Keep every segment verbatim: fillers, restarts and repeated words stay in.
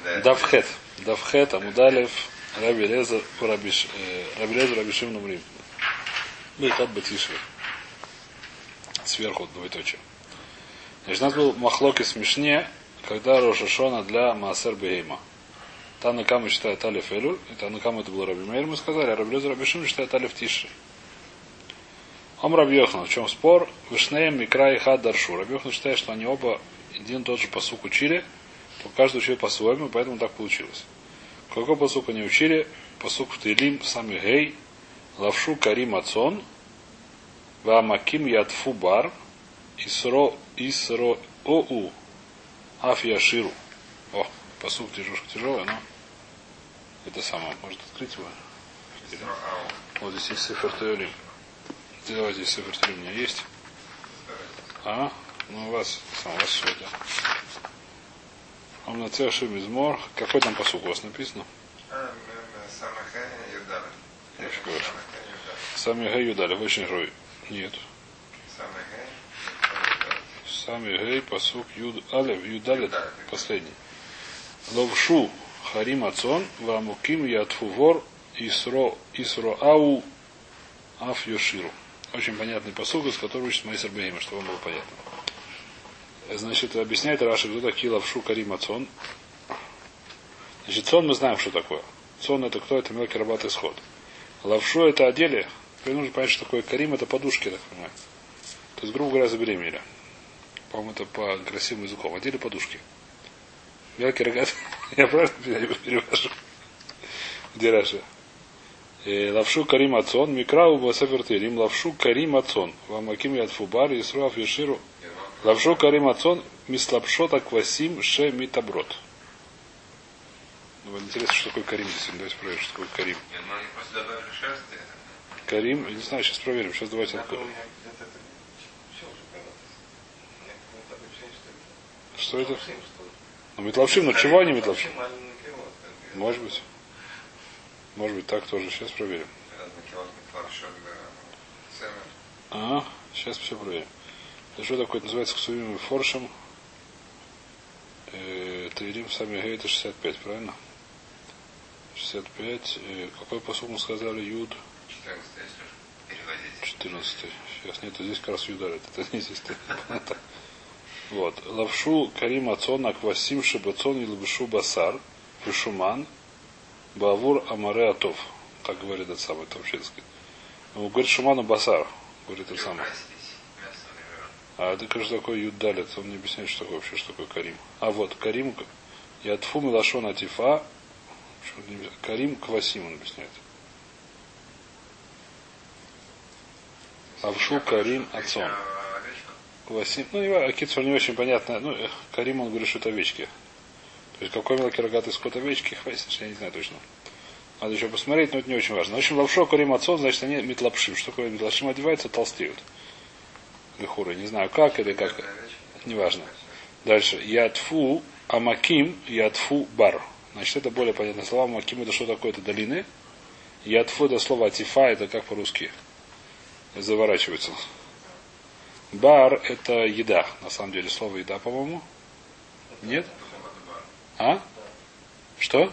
Давхет. Давхет, Амудалев, Раби Лезер, Раби Лезер, Раби Шимон Умрим. Бейхат Батишви. Сверху двоеточие. Значит, у нас был махлоки смешне, когда Рош ха-Шана для Маасер Бейма. Танакама считает Алиф Элюль, и Танакама это был Раби Мейр, мы сказали, а Раби Лезер, Раби Шимон считает Алиф Тишри. Ом Раби Йохан, в чем спор? Вишнеем Микра и Хад Даршу. Раби Йохан считает, что они оба один и тот же пасук учили, то каждый учил по-своему, поэтому так получилось. Какой пасук они учили? Пасук в Теилим, сами Гей, Лавшу Карим Ацон, Ваамаким Ядфу Бар, Исро Исро Оу, Аф Яширу. О, пасук тяжелый, тяжелый, но это самое. Может открыть его? Вот здесь есть Сефер Теилим. Давайте здесь Сефер Теилим у меня есть. А? Ну у вас, сам у вас все это. Амнацех Шимизмор. Какой там пасук у вас написано? Сами Гей Юдали. Очень рой. Нет. Сами Гей, пасук Юд Алев, Юдали, последний. Ловшу Харим Ацон, Вамуким Ятфувор, Исро, Исро Ау, Аф Йоширу. Очень понятный пасук, из которого учит Майсер Бейма, чтобы вам было понятно. Значит, объясняет Раши, кто такие Лавшу Карим Ацон. Значит, цон мы знаем, что такое. Цон это кто? Это мелкий рабат исход. Лавшу это одели. Теперь нужно понять, что такое Карим, это подушки, так понимаю. То есть, грубо говоря, забеременели. По-моему, это по красивым языком. Одели подушки. Мелкий рогат. Я правильно перевожу? Где Раши? Лавшу Карим Ацон, Микрау Басефер Теилим, Лавшу Карим Ацон, Вамаким Ядфубар, Исруаф Еширу, Лавшу Карим Ацон, Мислапшота Квасим Ше Митаброд. Ну, интересно, что такое Карим здесь. Давайте проверим, что такое Карим. Карим, я не знаю, сейчас проверим. Сейчас давайте откроем. Что это? Ну, метлавшим, ну чего они метлавшим? Может быть. Может быть, так тоже. Сейчас проверим. А, сейчас все проверим. Это что такое? Это называется ксувимым форшем. Теилим сами Гей, это шестьдесят пять, правильно? шестьдесят пять. Какой посуд мы сказали? Юд. четырнадцатый. Сейчас нету. Здесь как раз Юдарит. Это не здесь. Вот. Лавшу Карим Ацон, Аквасим Шебацон, Илбишу Басар, Пишуман, Бавур Амаре Атов. Так говорит этот самый, это вообще, так сказать. Он говорит Шуману Басар. Говорит это самое. А это, конечно, такой Юдалит. Он не объясняет, что такое вообще, что такое Карим. А вот, Карим, Ядфу Милашон Атифа, Карим Квасим он объясняет. Авшу Карим Ацон. Квасим. Ну, не, Акицу не очень понятно. Ну, Карим, он говорит, что это овечки. То есть, какой мелкий рогатый скот овечки, хвастит, я не знаю точно. Надо еще посмотреть, но это не очень важно. В общем, лавшо Карим Ацон, значит, они метлапшим. Что такое метлапшим? Одеваются, толстеют. Лихуры. Не знаю, как или как. Не важно. Дальше. Ядфу Амаким Ядфу Бар. Значит, это более понятное слово. Амаким это что такое? Это долины. Ядфу это слово Атифа, это как по-русски заворачивается. Бар это еда. На самом деле слово еда, по-моему. Нет? А? Что?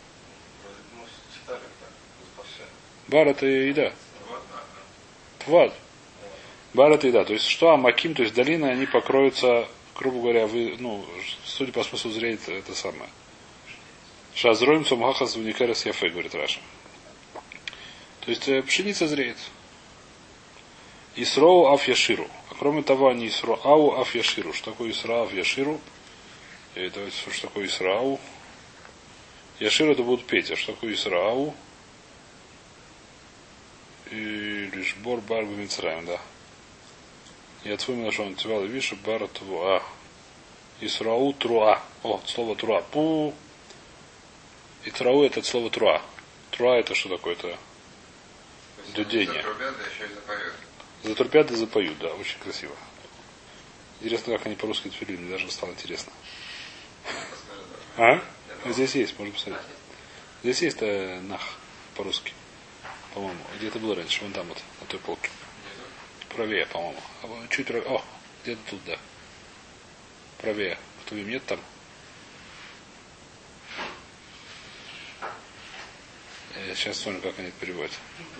Бар это еда. Твад. Бар это еда. То есть что? Амаким, то есть долины, они покроются, грубо говоря, вы, ну, судя по смыслу зреет это самое. Шазроим цумхахас вникарас яфе, говорит Раша. То есть пшеница зреет. Исроу аф яширу. А кроме того, они исроау аф яширу. Что такое исроу аф яширу? И давайте, что такое исроау? Яширу это будут петь. А что такое исроау? И лишь бор бар бамицраем, да. Я твой нашел тивал вишу бар твуа. Исроау труа. О, слово труа. Пу. И трау это слово труа. Труа это что такое? Это дудение. Затрубят и запоют, да, очень красиво. Интересно, как они по-русски тфилин, мне даже стало интересно. А? Здесь есть, можно посмотреть. Здесь есть э, нах по-русски. По-моему. Где это было раньше? Вон там вот, на той полке. Правее, по-моему. Чуть правее. О, где-то тут, да. Правее. Кто нет там? Я сейчас вспомню, как они это переводят.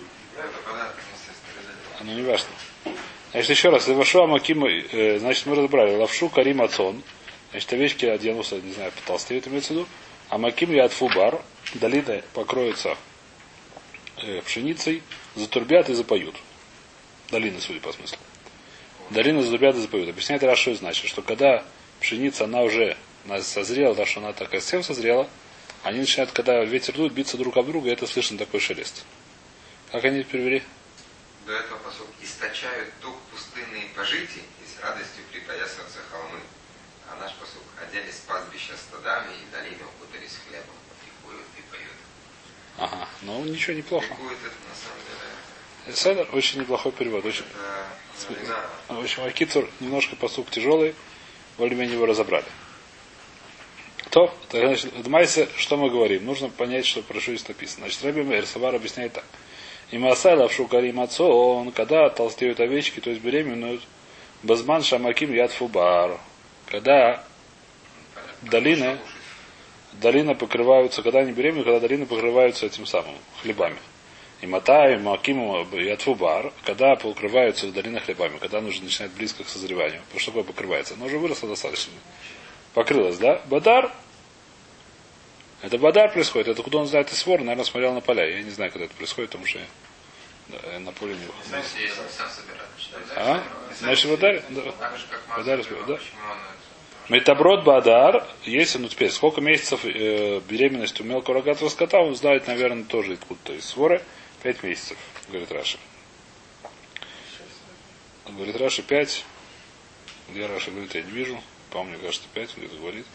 Оно не важно. Значит, еще раз. Лавшу Амаким, э, значит, мы разобрали. Лавшу Карим Ацон. Значит, овечки оденутся, не знаю, потолстеют, имеется в виду. Амаким Ядфубар. Долины покроются э, пшеницей, затурбят и запоют. Долины, судя по смыслу. Долины затурбят и запоют. Объясняет Раш, что значит, что когда пшеница, она уже она созрела, да, что она такая совсем созрела, они начинают, когда ветер дует, биться друг об друга, и это слышно такой шелест. Как они это перевели? До этого посуд источают дух пустынные пожития и с радостью припоясываются холмы. А наш посуд оделись пастбища стадами и долины укутались хлебом, пикуют и поют. Ага, ну ничего, неплохо. Пикуют это на самом деле. Седер, очень неплохой перевод. Очень, Это, очень Акицур, немножко посуд тяжелый, более-менее его разобрали. То, значит, в Майсе, что мы говорим? Нужно понять, что прошу здесь написано. Значит, Раби Мейр Савар объясняет так. И Масай лавшу карим отцо, он когда толстеют овечки, то есть беременную, базман шамаким яд фубар. Когда долины, долины покрываются, когда они беременны, когда долины покрываются этим самым хлебами. И матай, маким яд фубар, когда покрываются долины хлебами, когда оно уже начинает близко к созреванию. Потому что такое покрывается? Оно уже выросло достаточно. Покрылось, да? Бадар. Это бадар происходит. Это куда он знает из свор, наверное, смотрел на поля. Я не знаю, когда это происходит, потому что я на поле не выхожу. А? Значит, бадар? Да. Бадар, да. Метаброд бадар, если, ну теперь, сколько месяцев э, беременности у мелкого рогатого скота, он знает, наверное, тоже откуда-то из своры. Пять месяцев, говорит Раши. Говорит Раши пять. Где Раши говорит, я не вижу. По-моему, мне кажется, пять, он где-то говорит.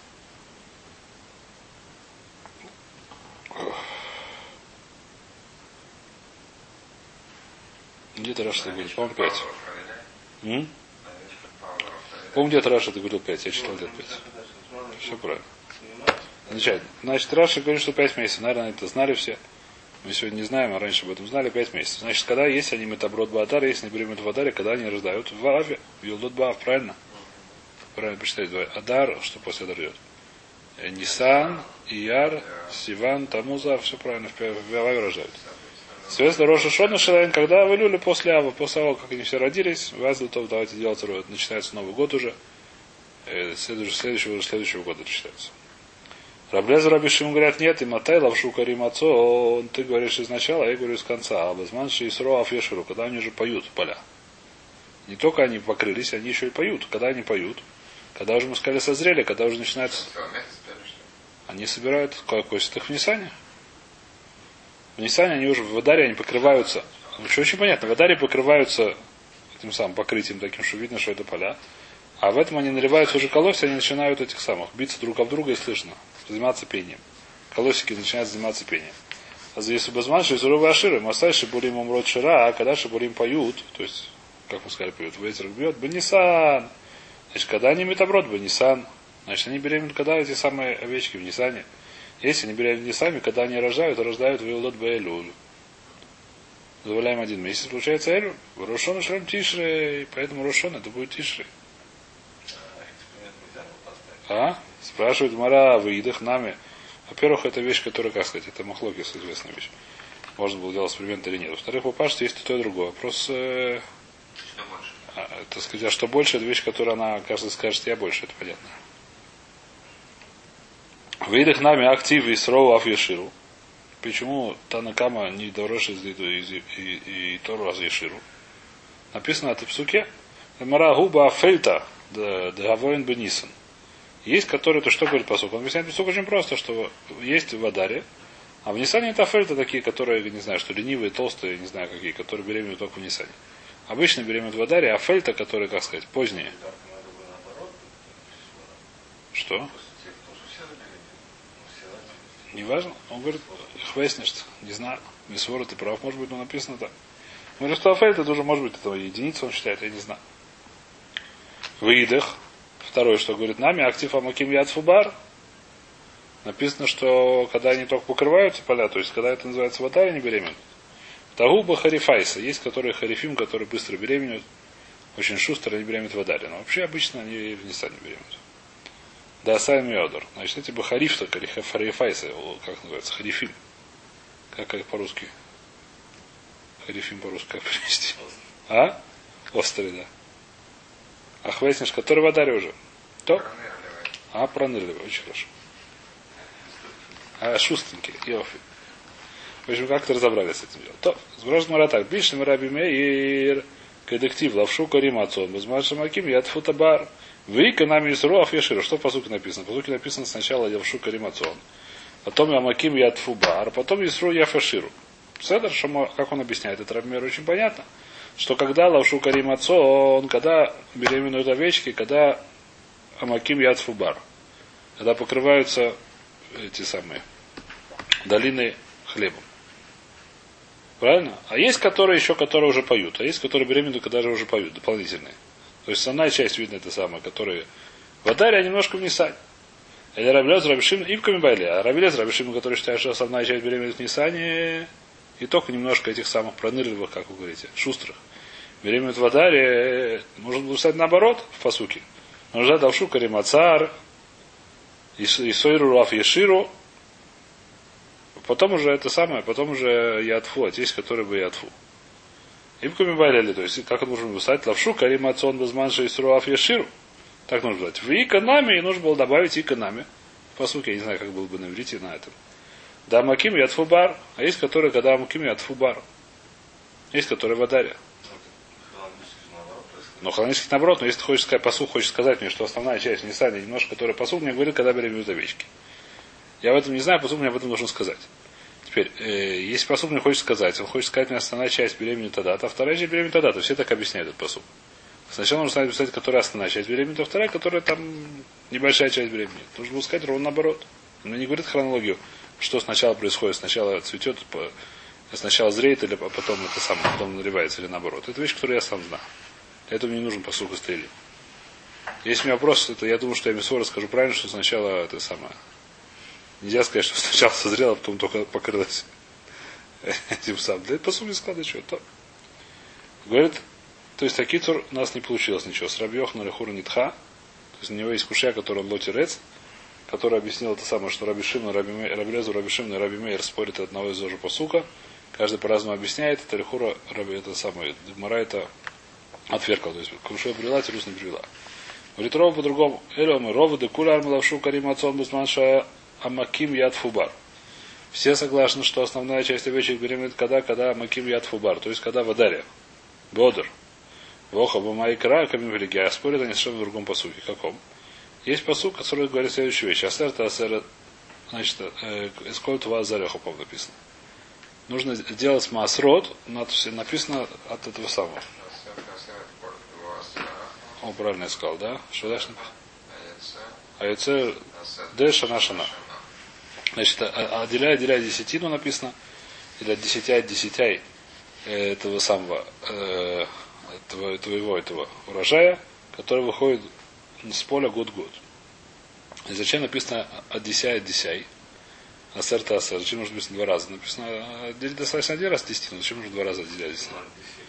Где-то Раша ты говорит, по-моему, пять. М? По-моему, где-то Раша ты говорил пять, я читал где-то пять. Все правильно. Замечательно. Значит, Раша говорит, что пять месяцев. Наверное, это знали все. Мы сегодня не знаем, а раньше об этом знали, пять месяцев. Значит, когда есть они метаброд баадар, если не берем в адаре, когда они рождают в аве, в Юлдот Баав, правильно? Правильно посчитать. Адар, что после Адар идет? Нисан, Ияр, Сиван, Тамуза, все правильно, в Аве рождают. Соответственно, Роша Шона Шилайн, когда в Илюле после Ава, после того, как они все родились, вас готов, давайте делать род. Начинается Новый год уже. Следующего, следующего, следующего года начинается. Раблеза Рабишим говорят, нет, и Матай, Лавшу Карим Ацо, ты говоришь изначала, а я говорю с конца. А Безманши и Сро Афешеру, когда они уже поют в поля. Не только они покрылись, они еще и поют. Когда они поют, когда уже мы сказали созрели, когда уже начинается. Они собирают какой их в Нисане. В Нисане они уже в Адаре они покрываются. Очень, очень понятно, в Адаре покрываются этим самым покрытием таким, что видно, что это поля. А в этом они наливаются уже колосья, они начинают этих самых биться друг об друга и слышно. Заниматься пением. Колосики начинают заниматься пением. А за если базманши и суровые аширы, масай шибурим умрот шира, а когда шибурим поют, то есть, как мы сказали, поют, ветер бьет, бенисан. Значит, когда они метаброд, бенисан. Значит, они беременны, когда эти самые овечки в Нисане. Если они беременны сами, когда они рожают, рождают в Илот Баэлюль. Добавляем один месяц, получается Элюль. Рошон шлем тишре, поэтому Рошон это будет тишре. А? Спрашивает Мара, выидах нами. Во-первых, это вещь, которая, как сказать, это махлокис, известная вещь. Можно было делать эксперимент или нет. Во-вторых, по паште есть и то, и другое. Вопрос, э, что больше? А, так сказать, а что больше, это вещь, которая она, каждый скажет, я больше, это понятно. Выидах нами актив и сроу аф еширу. Почему Танакама не дороже из, из, из, и Тору аз еширу? Написано это в псуке. Мара губа фельта дагавоин бенисан. Есть, которые, то что говорит посук? Он объясняет посук очень просто, что есть в Адаре, а в Нисане это фельта такие, которые, не знаю, что ленивые, толстые, не знаю какие, которые беременеют только в Нисане. Обычно беременеют в Адаре, а фельта, которые, как сказать, поздние. Что? Не важно. Он говорит, хвестнешь, не знаю, не свор, ты прав, может быть, но написано так. Он говорит, что афель, это уже может быть, это единица, он считает, я не знаю. Выидах. Второе, что говорит нами, актив амаким яд фубар. Написано, что когда они только покрываются поля, то есть когда это называется вода, они беременеют. Тагуба харифайса. Есть, которые харифим, которые быстро беременеют. Очень шустро они беременеют в Адаре. Но вообще обычно они в Нисане беременеют. Да, сайм йодор. Значит, эти бы хариф, так харифайса, как называется, харифим. Как их по-русски? Харифим по-русски как перевести? А? Острый, да. А хвестниш, который в Адаре уже. То? А, пронырливый, очень хорошо. А, шустренький, йофи. В общем, как-то разобрались с этим делом. То, сброшен мара так. Бишем раби меир, кедектив, лавшу карим отцом, безмаша маким, яд футабар. Вы канами исруав яширу. Что в посуке написано? В посуке написано сначала лавшу карим отцом, потом ямаким яд фубар, потом исру яфаширу. Седер, как он объясняет, это раби меир очень понятно, что когда лавшу карим отцом, когда беременные овечки, когда амаким яд фубар, когда покрываются эти самые долины хлебом. Правильно? А есть которые еще, которые уже поют. А есть, которые беременные, когда же уже поют, дополнительные. То есть основная часть, видно, это самое, которые в Адаре, а немножко в Нисане. Или Рабилез, Рабишим, и в Камибайле. А Рабилез, Рабишим, который считает, что основная часть беременных в Нисане, и только немножко этих самых пронырливых, как вы говорите, шустрых. Беременных в Адаре, может быть, сказать наоборот, в посуке. Нужно давшу каримацар, и сойру раф еширу, потом уже это самое, потом уже ядфу, а есть, которые бы ядфу. И в Камибайле, то есть, как он нужно писать, лавшу каримацон безманши и суруаф еширу. Так нужно сказать. В иконами, и нужно было добавить иконами. По сути, я не знаю, как было бы на иврите на этом. Да, маким ядфу бар, а есть, которые, когда маким ядфу бар. Есть, которые в Адаре. Но хронически наоборот, но если ты хочешь сказать, посуд хочешь сказать мне, что основная часть Нисани немножко, которая посуд мне говорит, когда беременные овечки. Я в этом не знаю, посуд мне об этом должен сказать. Теперь, э, если посуд мне хочет сказать, он хочет сказать, мне основная часть беременна тогда, а вторая часть беременна тогда, то все так объясняют этот посуд. Сначала нужно знать, представить, которая основная часть беременна, а вторая, которая там небольшая часть беременна. Нужно было сказать ровно наоборот. Он мне не говорит хронологию, что сначала происходит, сначала цветет, сначала зреет, или потом это самое, потом наливается, или наоборот. Это вещь, которую я сам знаю. Для этого мне не нужен посуд стрели. Если у меня вопрос, то я думаю, что я Мисора скажу правильно, что сначала это самое. Нельзя сказать, что сначала созрело, а потом только покрылось этим самым. Да это по сути склада что то. Говорит, то есть Акицур у нас не получилось ничего. С Рабьех на Рехура Нитха, то есть у него есть кушья, который он лотирец, который объяснил это самое, что Раби Шимон, Раби Лезу, Раби Шимон и Раби Мейер спорят от одного из тоже посука. Каждый по-разному объясняет. Это Рехура, Раби, это самое, Гмара это отверкал. То есть кушья привела, тирус не привела. Говорит, Рова по-другому. Элем, Рова, Декуляр, Малавшу, Карим, Ацон, Бусманша, Амаким яд фубар. Все согласны, что основная часть овечек беременна когда, когда Амаким яд фубар, то есть когда в Адаре. Бодр. Воха бама икра, камим великий. А спорят они совершенно в другом посуке. Каком? Есть посук, который говорит следующую вещь. Асер-то асер, значит, эскольт ва зареху, по-моему, написано. Нужно делать маасрот, написано от этого самого. О, правильно я сказал, да? Что дальше? Аяце де шана шана. Значит, отделяя, отделяя десятину написано, или от десятя от десятяй этого самого, э, этого, твоего этого урожая, который выходит с поля год-год. И зачем написано от десятя от десяй? Асер-то асер. Зачем нужно написано два раза? Написано, достаточно один раз десятину. Зачем нужно два раза отделять десятину?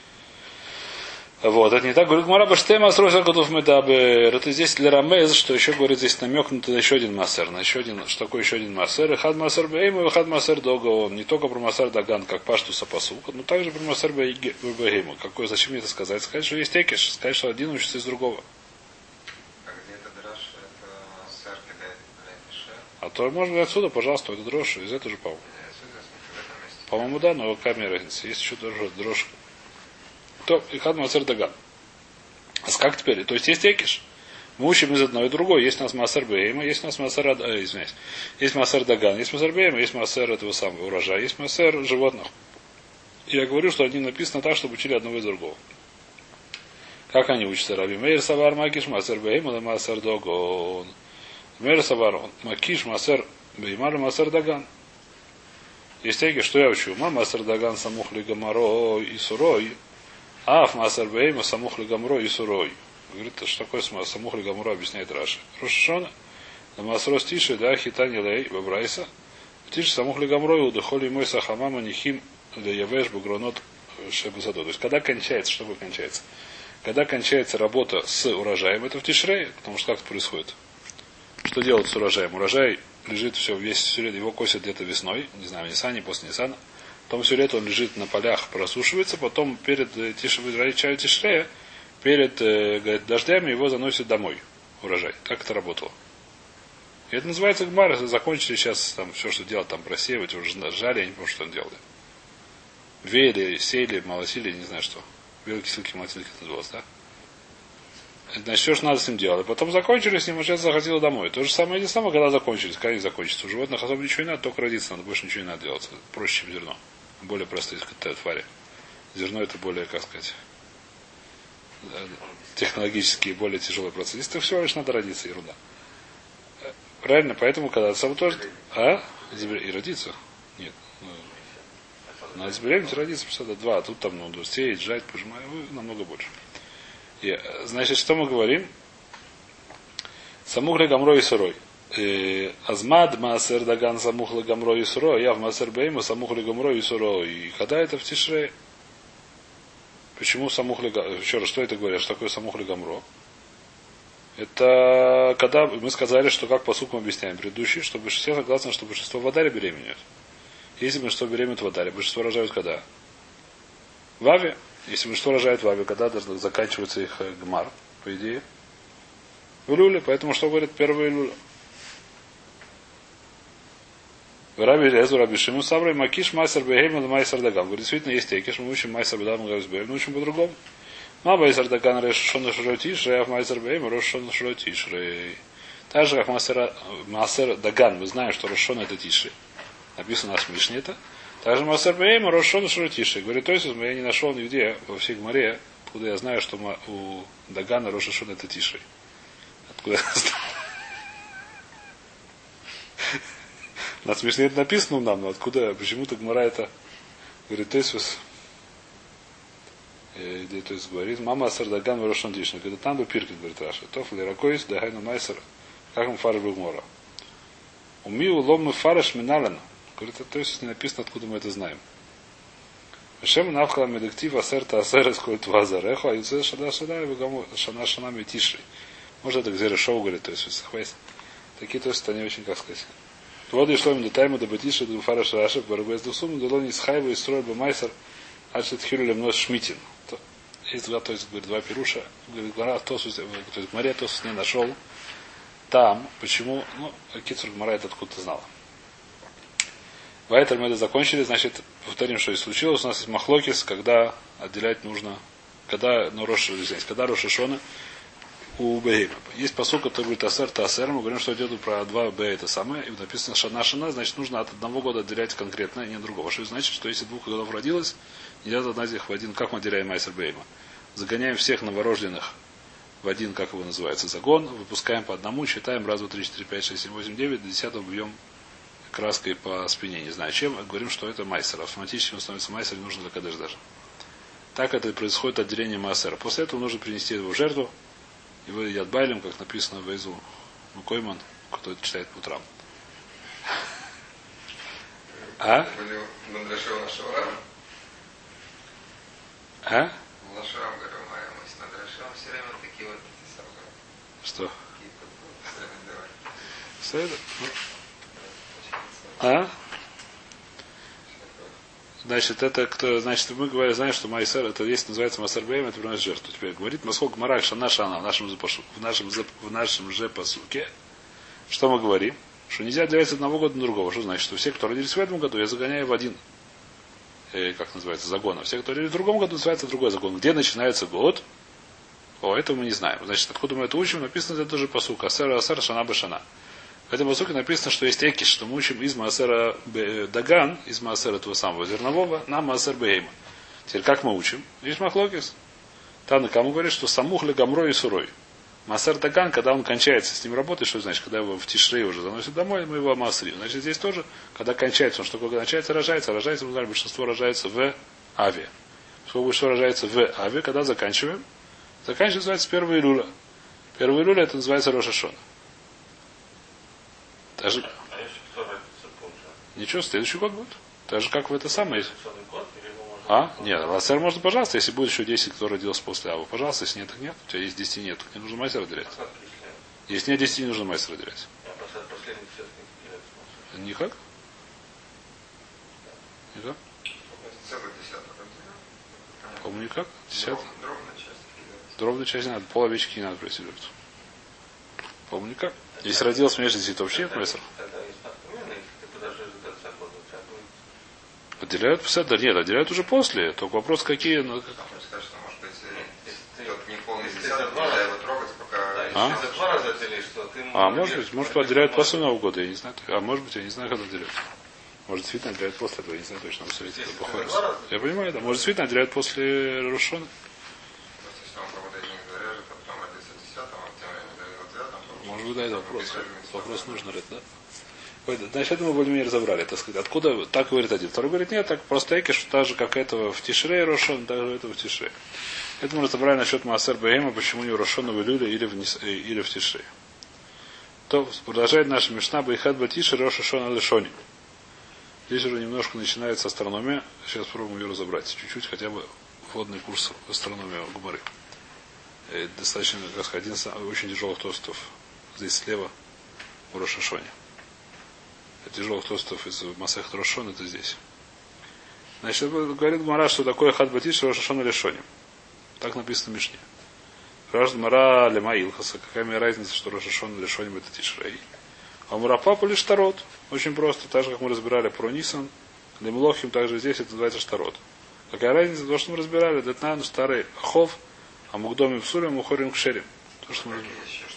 Вот, это не так. Говорит, Гмара Баштема Асройса Готов Медабер. Это здесь для Рамез, что еще говорит, здесь намекнуто на еще один массер. На еще один, что такое еще один массер. И хад массер бейм, и хад массер догон. Не только про массер даган, как паштуса пасук, но также про массер бейм. Какой, зачем мне это сказать? Сказать, что есть текиш. Сказать, что один учится из другого. А где это драш, это массер кидает на пише? А то, может быть, отсюда, пожалуйста, это дрожь. Из этого же, по-моему. По-моему, да, но какая разница? Есть еще дрожь. дрожь. То, и хад массер даган. А как теперь? То есть есть экиш. Мы учим из одного и другого. Есть у нас массер бейма, есть у нас массер, э, извиняюсь. Есть массер даган, есть массер бейма, есть массер этого самого урожая, есть массер животных. Я говорю, что они написаны так, чтобы учили одного из другого. Как они учатся? Раби Мейр Савар Макиш массер бейма, да массер даган. Мейр Савар Макиш массер бейма, да массер даган. Есть экиш, что я учу? Ма массер даган самух ли гамаро и сурой. Аф массер бейма самух ли гамро и сурой. Говорит, что такое самух ли гамро, объясняет Раши. Рошашона, на массрос тиши, да, хитани лей, бабрайса. Тиши самух ли гамро, и удыхоли мой сахамама нихим, да явеш бугронот шебусадо. То есть, когда кончается, что такое кончается? Когда кончается работа с урожаем, это в Тишрее, потому что как это происходит? Что делают с урожаем? Урожай лежит все, весь все лето, его косят где-то весной, не знаю, в Ниссане, после Ниссана. Потом все лето он лежит на полях, просушивается, потом перед чаю Тишрея, перед э, говорит, дождями его заносят домой, урожай. Так это работало. И это называется гмар. Закончили сейчас там все, что делать, там просеивать, уже жали, я не помню, что он делал. Веяли, сеяли, молотили, не знаю что. Белые кисельки, молотилки это называлось, да? Значит, все, что надо с ним делать. Потом закончили с ним, уже заходило домой. То же самое, не самое, когда закончились, когда они закончатся. У животных особо ничего не надо, только родиться надо, больше ничего не надо делать. Проще, чем зерно. Более простые твари. Зерно это более, как сказать, технологически более тяжелый процесс. Если то всего лишь надо родиться, ерунда. Правильно, поэтому, когда сам тоже... А? И родиться? Нет. Надо забеременеть и родиться, просто два. А тут там надо сеять, жать, пожимать. Намного больше. И, значит, что мы говорим? Самух гамро и сырой. Азмад маасер даган самух гамро и сырой. Я в маасер бейму самух гамро и сырой. И когда это в Тишре? Почему самух гамро? Еще раз, что это говорят? Что такое самух гамро? Это когда мы сказали, что как по сути мы объясняем предыдущий, что большинство согласно, что большинство в Адаре беременеют. Если большинство беременеют в Адаре, большинство рожают когда? В Аве. Если большинство рожает в Аве, когда заканчивается их гмар, по идее? В Илюле. Поэтому что говорит первый Илюля? В Раби Лезу, Раби Шиму, Саврой, Макиш, Майсер Бегейм, Майсер Дагам. Говорит, действительно, есть Экиш, мы учим Майсер Бегейм, мы учим по-другому. А Майсер Даган решен шротиш, а Майсер Бегейм решен шротиш. Так же, как Майсер Даган, мы знаем, что решен это тиши. Написано у нас в Мишне это. Также Масер Бейм, Рошон Шрутиши. Говорит, то есть я не нашел нигде во всей Гмаре, откуда я знаю, что у Дагана Рошашон это Тиши. Откуда я знаю? На смешне это написано нам, но откуда, почему-то Гмара это говорит, то есть где то есть говорит, мама Асар Даган Рошон Тиши. Когда там бы Пиркин, говорит Раша. Тоф Леракоис, Дагайну Майсер, как он фарш был Гмара. Умию ломы фарш миналена. Говорит, то есть не написано, откуда мы это знаем. Шем навхала медактив асерта асера сколь твазареху, а юце шада шада и шана шана метиши. Может это где решоу говорит, то есть хвест. Такие то есть они очень, как сказать. Воды шло им до тайма до бетиши до фараш раши барбез до суммы до лони схайва и строил бы майсер ачет хилюлем нос шмитин. Есть два, то есть говорит два пируша, говорит Гмара, то есть Мария то не нашел там, почему, ну Кицур Гмара это откуда-то знала. Вайтер мы это закончили, значит, повторим, что и случилось. У нас есть махлокис, когда отделять нужно, когда, ну, Рош, здесь, когда Рош Шона у Бейма. Есть посыл, который говорит Асер Таасер, мы говорим, что идет про два Б это самое, и написано Шана Шана, значит, нужно от одного года отделять конкретно, и не другого. Что значит, что если двух годов родилось, нельзя одна из них в один, как мы отделяем Майсер Бейма? Загоняем всех новорожденных в один, как его называется, загон, выпускаем по одному, считаем раз, два, три, четыре, пять, шесть, семь, восемь, девять, до десятого бьем краской по спине, не знаю чем, говорим, что это майсер. Автоматически он становится майсер, не нужно для кадеш даже. Так это происходит отделение майсера. После этого нужно принести его в жертву, и вы едят байлем, как написано в Эйзу Мукойман, кто это читает по утрам. А? А? Что? Что это? А? Значит, это кто, значит, мы говорим, знаем, что Майсер, это есть, называется Майсер Бейм, это приносит жертву. Теперь говорит, насколько Марак Шана Шана в нашем, в нашем, в нашем же посуке, что мы говорим? Что нельзя отделять от одного года на другого. Что значит? Что все, кто родились в этом году, я загоняю в один, э, как называется, загон. А все, кто родились в другом году, называется другой загон. Где начинается год? О, этого мы не знаем. Значит, откуда мы это учим? Написано это тоже посука. Асера Асера Шана Башана. В этом посуке написано, что есть экиш, что мы учим из Маасера Даган, из Маасера этого самого зернового, на Маасер Бейма. Теперь как мы учим? Есть махлокис. Там на кому говорит, что самух ле гамро и сурой. Маасер Даган, когда он кончается с ним работать, что значит, когда его в Тишре уже заносят домой, мы его маасрим. Значит, здесь тоже, когда кончается, он что такое кончается, рожается, рожается, мы знаем, большинство рожается в Аве. Сколько большинство рожается в Аве, когда заканчиваем? Заканчивается, называется первый Илюля. Первый Илюля это называется Рош Шана. Даже... А если кто родится позже? Ничего, следующий год будет. Так же, как в это самое. А? Нет, Лассер можно, пожалуйста, если будет еще десять, кто родился после Авы. Пожалуйста, если нет, так нет. У тебя есть десять, нет. Не нужно мастера разделять. Если нет десять, не нужно мастера разделять. Никак? Никак? Целый десяток отделял. По-моему, никак. Десятый. Дробная часть. Дробную часть не надо. Пол овечки не надо просиживать. По-моему, никак. Если родилась между детей, то вообще нет мессер. Отделяют пятьдесят, да нет, отделяют уже после. Только вопрос, какие. Ну, как... Сказать, что, может быть, тот не полный десяток, нельзя его трогать, пока... А? Если два раза отделишь, что ты... А, может быть, может отделяют после Нового года, я не знаю. А может быть, я не знаю, когда отделяют. Может, действительно отделяют после этого, я не знаю точно. Я понимаю, да. Может, действительно отделяют после Рошона. Может быть, да, это вопрос. Вопрос нужно ли, да? Значит, это мы более-менее разобрали, так сказать. Откуда так говорит один? Второй говорит, нет, так просто экиш, так же, как этого в Тишре Рошон, так же этого в Тишре. Это мы разобрали насчет Маасер Баэма, почему не в Рошона в Илюле или в, Нис... или в Тишре. То продолжает наша Мишна Байхат Батиши Роша Шона Лешони. Здесь уже немножко начинается астрономия. Сейчас попробуем ее разобрать. Чуть-чуть, хотя бы вводный курс астрономии Гумары. Достаточно, как сказать, один из очень тяжелых тостов. Здесь слева в Рошашоне. Тяжелых тостов из Масех Рошон это здесь. Значит, говорит Гумара, что такое Хат Батиш Рошашон Лешоним. Так написано в Мишне. Раш Гмара Лема Илхаса. Какая мне разница, что Рошашон Лешоним это Тишрей. А Мурапапу лишь Тарот. Очень просто. Так же, как мы разбирали про Нисан. Лемлохим, также здесь это называется Штарот. Какая разница? То, что мы разбирали. Детнан, старый Ахов, а Мукдомим Псулем, Мухорим Кшерим. То, что мы разбирали.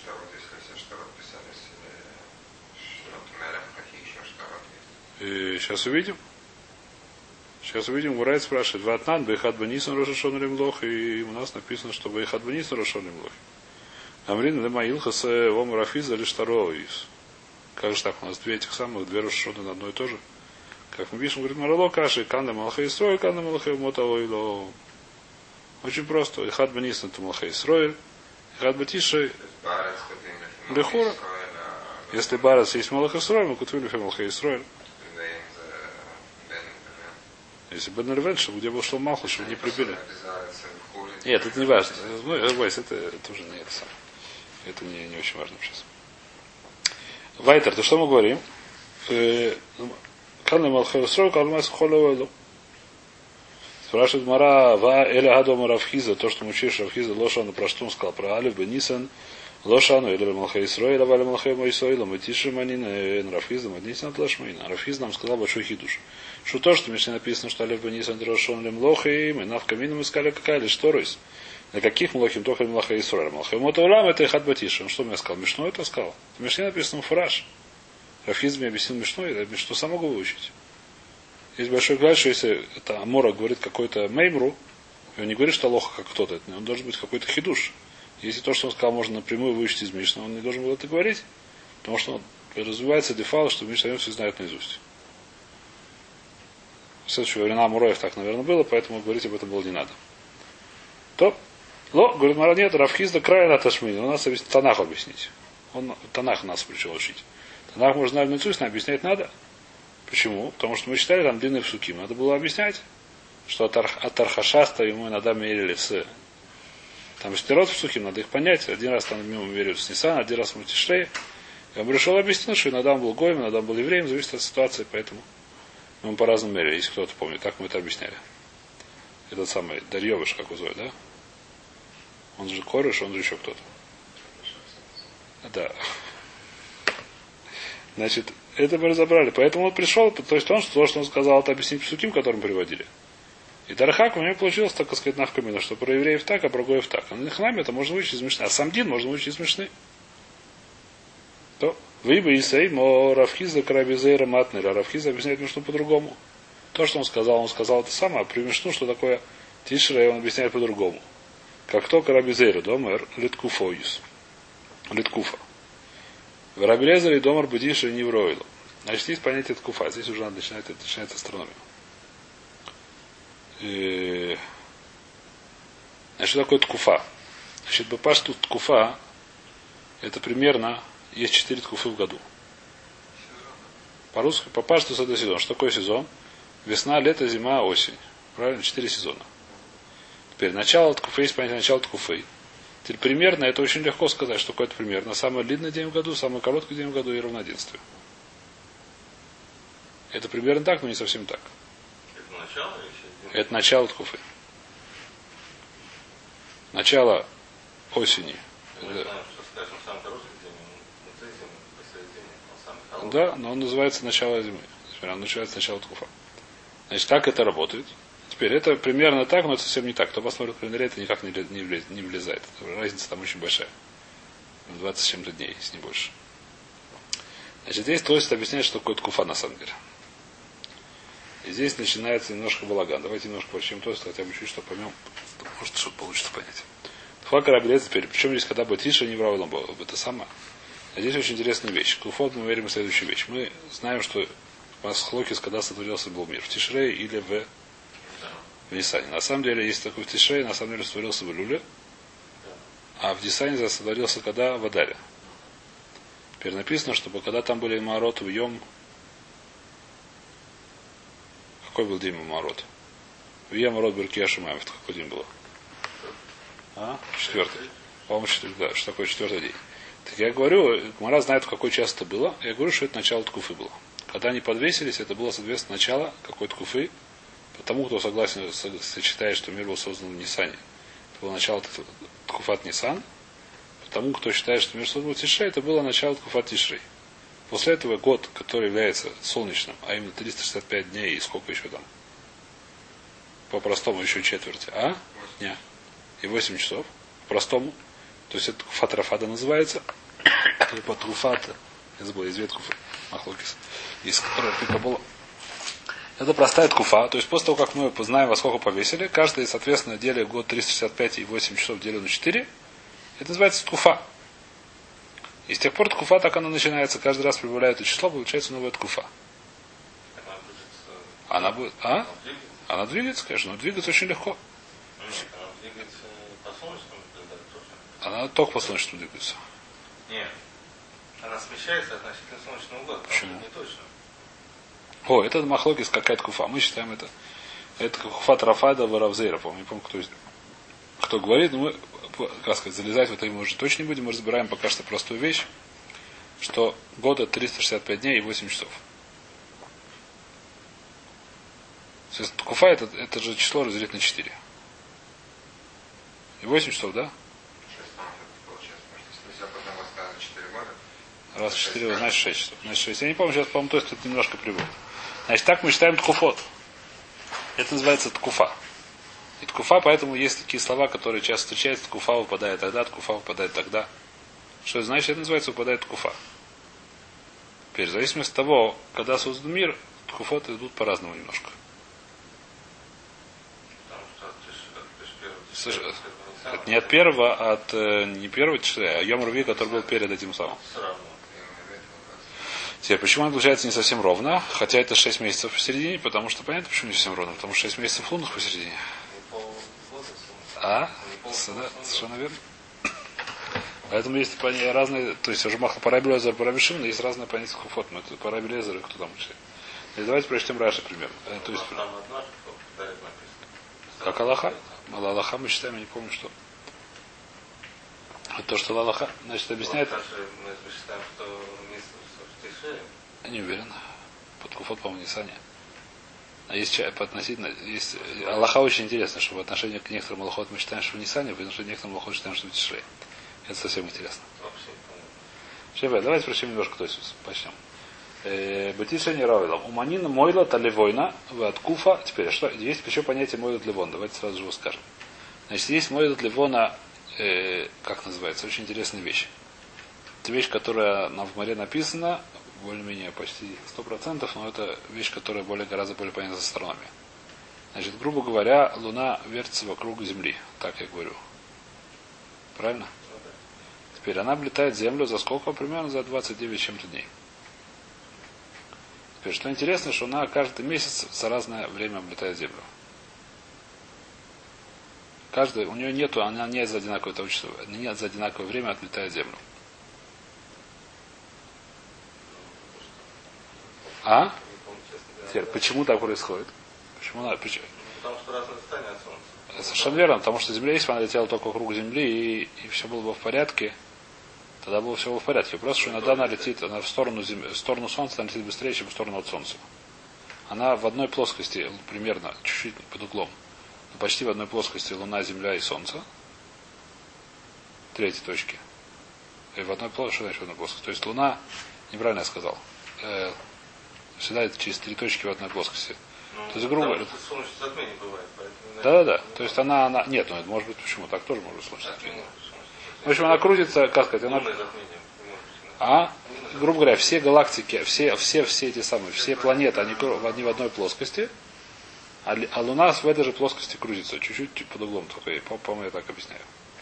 И сейчас увидим. Сейчас увидим, Гурайт спрашивает, Ватнан, Бейхат Банисан Рошашон Лемлох, и у нас написано, что Бейхат Банисан Рошашон Лемлох. Амрин Лема Илхасе Вом Рафиза Лиштароис. Как же так, у нас две этих самых, две Рошашоны на одно и то же. Как мы пишем, говорит, Марало Каши, Канда Малха Исроэль, Канда Малха Моталойло. Очень просто. Ихат Банисан это Малха Исроэль, Ихат Батиши Лехора. Если Барас есть Малха Исроэль, мы кутвили Малха Исроэль. Если бы на Ревенше, где был Шлом Малхус, чтобы не прибили. Нет, это не важно. Ну, Вайс, это, это уже не это самое. Это не, не очень важно сейчас. Вайтер, то что мы говорим? Канна Малхарусрой, Калмас Холовелу. Спрашивает Мара, Ва Эля Гадома Равхиза, то, что мы учишь Равхиза, Лошану про что он сказал, про Алиф, Бенисан, Лошану, или Малхарисрой, или Валя Малхай Моисоила, Матиши Манина, Равхиза, Маднисан Тлашмина. Равхиз нам сказал большой хидуш. Что то, что в Мишне написано, что Алиф Бенисан Рошон Лемлох, и мы в камине мы искали какая лишь Торис. На каких Млохим только Млаха Исроэль. Млаха Мотаулам это Ихат Батиши. Он что мне сказал? Мишну это сказал. В Мишне написано фураж. Рафиз мне объяснил Мишну, я Мишну сам могу выучить. Есть большой глаз, что если это Амора говорит какой-то меймру, и он не говорит, что лоха как кто-то, он должен быть какой-то хидуш. Если то, что он сказал, можно напрямую выучить из Мишны, он не должен был это говорить, потому что он развивается дефал, что Мишна все знают наизусть. В следующее времена Амуроев так, наверное, было, поэтому говорить об этом было не надо. То, ло, говорит, Мара, нет, Равхизда край на Ташмини, он нас объяснит, Танах объяснить. Он Танах нас пришел учить. Танах можно знать наизусть, но объяснять надо. Почему? Потому что мы читали там длинные псуки. Надо было объяснять, что от Архашаста ему иногда мерили с... Там штерот в псухим, надо их понять. Один раз там ему мерили с Нисан, один раз в Тишрей. И он пришел объяснить, что иногда он был гоем, иногда он был евреем, зависит от ситуации, поэтому мы по-разному мерили, если кто-то помнит. Так мы это объясняли. Этот самый Дарьевыш, как его зовут, да? Он же Корыш, он же еще кто-то. Да. Значит, это мы разобрали. Поэтому он пришел, то есть он, то, что он сказал, это объяснить псуким, которым приводили. И Тархак у него получилось, так сказать, навкамина, что про евреев так, а про гоев так. А на Нахнаме это можно выучить из Мишны. А сам Дин можно выучить из Мишны. То, Виба Исей, Мо Равхиза Карабизейра Матнера. А Равхиза объясняет Мишну по-другому. То, что он сказал, он сказал это самое, а при Мишну, что такое Тишра, он объясняет по-другому. Как то Карабизейра, Домер, Литкуфоюс. Литкуфа. В Рабелезере Домер Будиша не вроило. Значит, есть понятие ткуфа. Здесь уже надо начинать, начинается астрономия. И... Значит, что такое ткуфа? Значит, бапашту ткуфа это примерно есть четыре ткуфы в году. По-русски папашту это сезон. Что такое сезон? Весна, лето, зима, осень. Правильно? Четыре сезона. Теперь начало ткуфы, есть понятие начала ткуфы. Теперь примерно, это очень легко сказать, что такое это примерно. Самый длинный день в году, самый короткий день в году и равноденствие. Это примерно так, но не совсем так. Это начало или середина? Это начало ткуфы. Начало осени. Мы Это- знаем, что, скажем, самый короткий день, он на зимы, посередине, он самый холодный. Да, но он называется начало зимы. Он начинается с начала ткуфа. Значит, как это работает? Теперь, это примерно так, но это совсем не так. Кто посмотрит календарь, это никак не, влез- не, влез- не влезает. Разница там очень большая. двадцать с чем-то дней, если не больше. Значит, здесь Тосит объясняет, что такое ткуфа на самом деле. И здесь начинается немножко балаган. Давайте немножко прочтем Тосит, хотя бы чуть, что поймем. Может, что получится понять. Ткуфа карабелец теперь. Причем здесь, когда будет Тиша, не вравилом было. Это самое. А здесь очень интересная вещь. Ткуфот мы верим в следующую вещь. Мы знаем, что Масхлокис, когда сотворился был мир. В Тишрее или в в Нисане. На самом деле, есть такой в Тишрее, на самом деле сотворился в Илюле, а в Нисане сотворился когда? В Адаре. Теперь написано, чтобы когда там были Маорот в Йом. Какой был день Маорот? В Йом Маорот Беркия Шумаем. Это какой день было? А? Четвертый. По-моему, четвертый, да. Что такое четвертый день? Так я говорю, Гмара знает, в какой час это было. Я говорю, что это начало ткуфы было. Когда они подвесились, это было, соответственно, начало какой-то ткуфы. Потому кто согласен, сочетает, что мир был создан в Нисане. Это было начало ткуфат Нисан. Потому кто считает, что мир создан в Тишрей, это было начало ткуфат Тишрей. После этого год, который является солнечным, а именно триста шестьдесят пять дней и сколько еще там? По-простому еще четверти. А? Не. И восемь часов. По-простому. То есть это ткуфат Рафада называется. Или по ткуфата. Я забыл, из веткуфа. Махлокис. Из которой только было. Это простая ткуфа. То есть после того, как мы познаем, во сколько повесили, каждый, соответственно, делит год триста шестьдесят пять и восемь часов делим на четыре. Это называется ткуфа. И с тех пор ткуфа, так она начинается. Каждый раз прибавляют это число, получается новая ткуфа. Она будет, э, Она будет... А? она двигается? Она двигается, конечно, но двигаться очень легко. Нет, она двигается по солнечному календарю тоже. Она только по солнечному двигается. Нет. Она смещается относительно солнечного года. Почему? Не точно. О, это махлокис какая-то куфа. Мы считаем это. Это куфа Рафада Варавзейра, по-моему. Не помню, кто, из- кто говорит, но мы, как сказать, залезать в это мы уже точно не будем. Мы разбираем пока что простую вещь, что года триста шестьдесят пять дней и восемь часов. То есть куфа это, это же число разделить на четыре. И восемь часов, да? шесть, получается. Потому что если об одном рассказывать четыре года, Раз в четыре, значит шесть часов. Значит шесть. Я не помню, сейчас, по-моему, то есть тут немножко приводит. Значит, так мы считаем ткуфот. Это называется ткуфа. И ткуфа, поэтому есть такие слова, которые часто встречаются. Ткуфа выпадает тогда, ткуфа выпадает тогда. Что это значит? Это называется выпадает ткуфа. Теперь, в зависимости от того, когда создан мир, ткуфоты идут по-разному немножко. Потому что от Тиш- от Тиш- Слушай, первого- первого это не от первого, а от э, не первого числа, а Йом Рви, который был перед этим самым. Все равно. Теперь, почему он получается не совсем ровно? Хотя это шесть месяцев посередине, потому что понятно, почему не совсем ровно. Потому что шесть месяцев лунных посередине. Не полгода солнца. А? Не полгода С- да, солнца. совершенно верно. Поэтому есть поня- разные, то есть уже Махла Парабелезер, Парабишим, но есть разные понятия куфот. Но это Парабелезер и кто там учили. И давайте прочтем Раши пример. Э, То есть, Там однажды повторяет написано. как Аллаха? Аллаха мы считаем, я не помню, что. А то, что Аллаха, значит, объясняет, Вот даже мы считаем, что месяц в Тишре, я не уверен. Под куфот, по-моему, не Саня. А есть ча- по относительно, есть, Аллаха очень интересно, что в отношении к некоторым Аллахот мы считаем, что в Нисане, в отношении к некоторым Аллахот считаем, что в Тишре. Это совсем интересно. вообще не помню. Шеве, давайте прочтем немножко, то есть почнем. Бетиша не равилом. Уманина мойла талевойна в откуфа. Теперь, что? Есть еще понятие мойла тлевон. Давайте сразу же его скажем. Значит, есть мойла тлевона, э, как называется, очень интересная вещь. Это вещь, которая нам в море написана, более-менее почти сто процентов, но это вещь, которая более, гораздо более понятна с астрономией. Значит, грубо говоря, Луна вертится вокруг Земли. Так я говорю. Правильно? Теперь она облетает Землю за сколько? Примерно за двадцать девять чем-то дней. Теперь, что интересно, что она каждый месяц за разное время облетает Землю. Каждый, у нее нету, она не за одинаковое того числа, не за одинаковое время отлетает Землю. А? Не помню, честно говоря. Теперь, почему так происходит? Почему она, почему? Потому что разное расстояние от Солнца. Это совершенно верно, потому что Земля, если бы она летела только вокруг Земли и, и все было бы в порядке, тогда было все бы в порядке. Просто что иногда она летит она в сторону, земли, в сторону Солнца, она летит быстрее, чем в сторону от Солнца. она в одной плоскости, примерно, чуть-чуть под углом, но почти в одной плоскости Луна, Земля и Солнце. Третьей точки. И в одной плоскости, что значит в одной плоскости? То есть Луна, неправильно я сказал, э, всегда это через три точки в одной плоскости. Ну, то есть, грубо говоря. Солнечное затмение бывает, поэтому. Да, да, да. То есть она, она. Нет, ну это может быть почему? Так тоже может быть солнечное затмение. В общем, она крутится, как сказать, она. А, грубо говоря, все галактики, все, все, все эти самые, все планеты, они, они в одной плоскости, а, а Луна в этой же плоскости крутится, чуть-чуть типа, под углом только. По-моему, я так объясняю.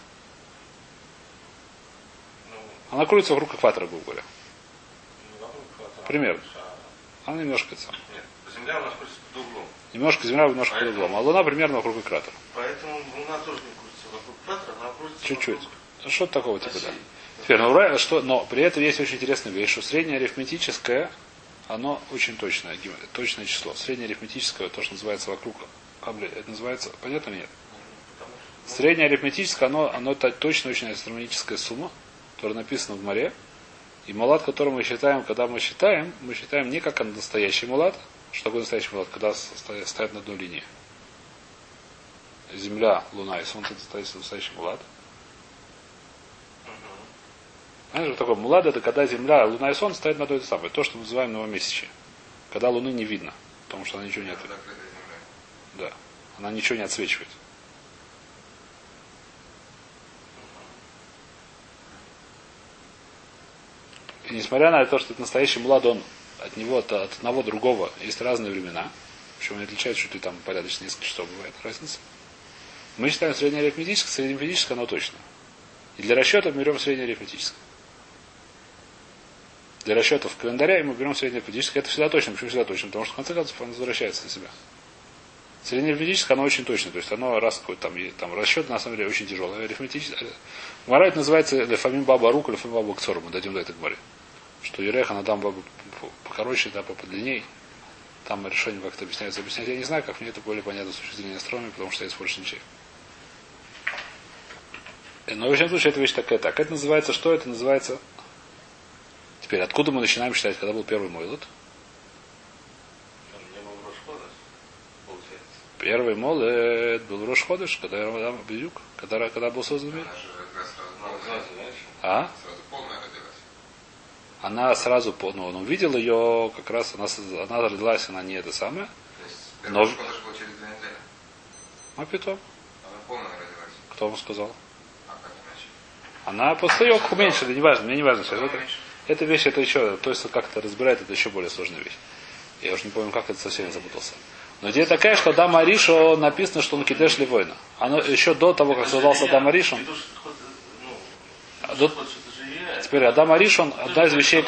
Она крутится вокруг экватора, грубо говоря. Примерно. Она немножко это самое. Нет, Земля у нас крутится под углом. Немножко Земля немножко под углом, а Луна примерно вокруг экватора. Поэтому Луна тоже не крутится вокруг экватора, она крутится чуть-чуть. Вокруг... Что-то такого типа, да. Теперь, ну, что, но при этом есть очень интересная вещь, что среднее арифметическое, оно очень точное, точное число. Среднее арифметическое, то, что называется вокруг, это называется, понятно или нет? Среднее арифметическое, оно, оно точно очень астрономическая сумма, которая написана в море. И мулат, который мы считаем, когда мы считаем, мы считаем не как настоящий мулат. Что такое настоящий мулат? Когда стоят на одной линии. Земля, Луна и Солнце это стоит настоящий мулат. Знаешь, что такое мулат? Это когда Земля, Луна и Солнце стоят на одной самой. То, что мы называем новомесячье. Когда Луны не видно. Потому что она ничего не отсвечивает. Да. Она ничего не отсвечивает. И несмотря на то, что это настоящий мулад, он от него, от, от одного другого, есть разные времена. Причем они отличаются чуть ли там порядочно несколько часов бывает разница. Мы считаем среднее арифметическое, среднее арифметическое оно точно. И для расчетов мы берем среднее арифметическое. Для расчетов календаря мы берем среднее арифметическое. Это всегда точно. Почему всегда точно? Потому что в конце концов оно возвращается на себя. Среднее арифметическое оно очень точно. То есть оно раз какой-то там, там расчет на самом деле очень тяжелый. Арифметическое. Гмара это называется лефамим баба рук, лефамим баба кцор. Мы дойдем до этой гмары. Что Ереха она там покороче, да, подлинней. Там решение как-то объясняется. Объяснять я не знаю, как мне это более понятно с точки зрения астрономии, потому что я испорченный человек. Но в любом случае, эта вещь такая. Так, это называется, что это называется? Теперь, откуда мы начинаем считать, когда был первый Мойлот? Первый Молет был в Рош Ходеш, когда Рамадан Бедюк, когда, когда был создан мир. А? Она сразу, ну, он увидел ее, как раз она, она родилась, она не это самое. Но... А потом? Кто вам сказал? Она после ее уменьшили, не важно, мне не важно. Это, эта вещь, это еще, то есть как-то разбирает, это еще более сложная вещь. Я уже не помню, как это совсем не запутался. Но идея такая, что Адам Аришо написано, что он кидеш левойна. Оно еще до того, как создался Адам Аришон. До... Теперь Адам Аришон, одна из вещей...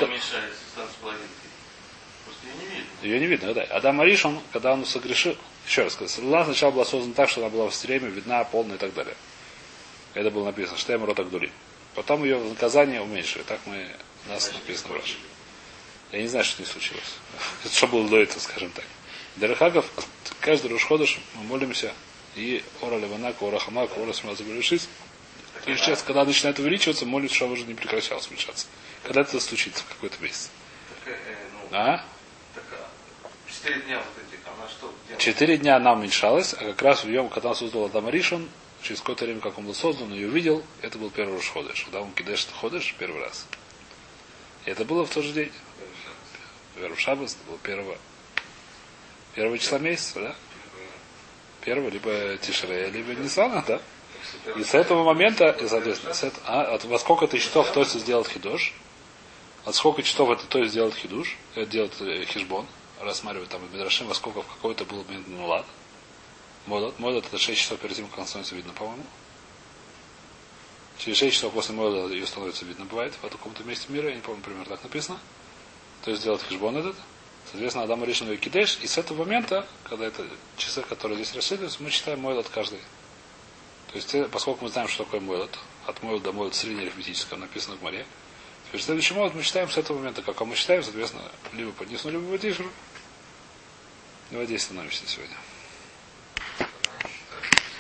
Ее не видно, да. Адам Аришон, когда он согрешил, еще раз сказать, Луна сначала была создана так, что она была все время видна, полная и так далее. Это было написано, что я мрот Агдули. Потом ее в наказание уменьшили. Так мы, нас написано в Раши. Я не знаю, что не случилось. Это что было до этого, скажем так. Дарахагов, каждый Рушходыш мы молимся. И ора леванака, ора хамака, ора смазабалюшис. То есть сейчас, когда начинает увеличиваться, молится, чтобы уже не прекращалось уменьшаться. Когда это случится в какой-то месяц. А? Четыре дня вот эти, она что? Четыре дня она уменьшалась, а как раз в нем, когда он создал Адам Аришон, через какое-то время, как он был создан, он ее увидел, это был первый Рош Ходеш. Когда он кидеш ходеш первый раз. И это было в тот же день. Первый Шаббас, это было первого, первого числа месяца, да? Первого, либо Тишрея, либо Нисана, да? И с этого момента, и, соответственно, с этого, а, от, во сколько ты часов то есть сделать хидош, от сколько часов это то есть сделать хидуш, это делать э, хижбон, рассматривать там в Медрашим, во сколько в какой-то был момент мулат. Молот. Молот это шесть часов перед тем, как он становится видно, по-моему. Через шесть часов после молота ее становится видно, бывает, в каком-то месте мира, я не помню, например, так написано. То есть сделать хижбон этот. Соответственно, Адам решил ее кидеш, и с этого момента, когда это часы, которые здесь рассчитываются, мы читаем молот каждый. То есть, поскольку мы знаем, что такое молот, от молот до молот среднее арифметическое, написано в море. Теперь следующий молот мы читаем с этого момента, как мы читаем, соответственно, либо по Нисну, либо по Тишру. Давай здесь остановимся сегодня.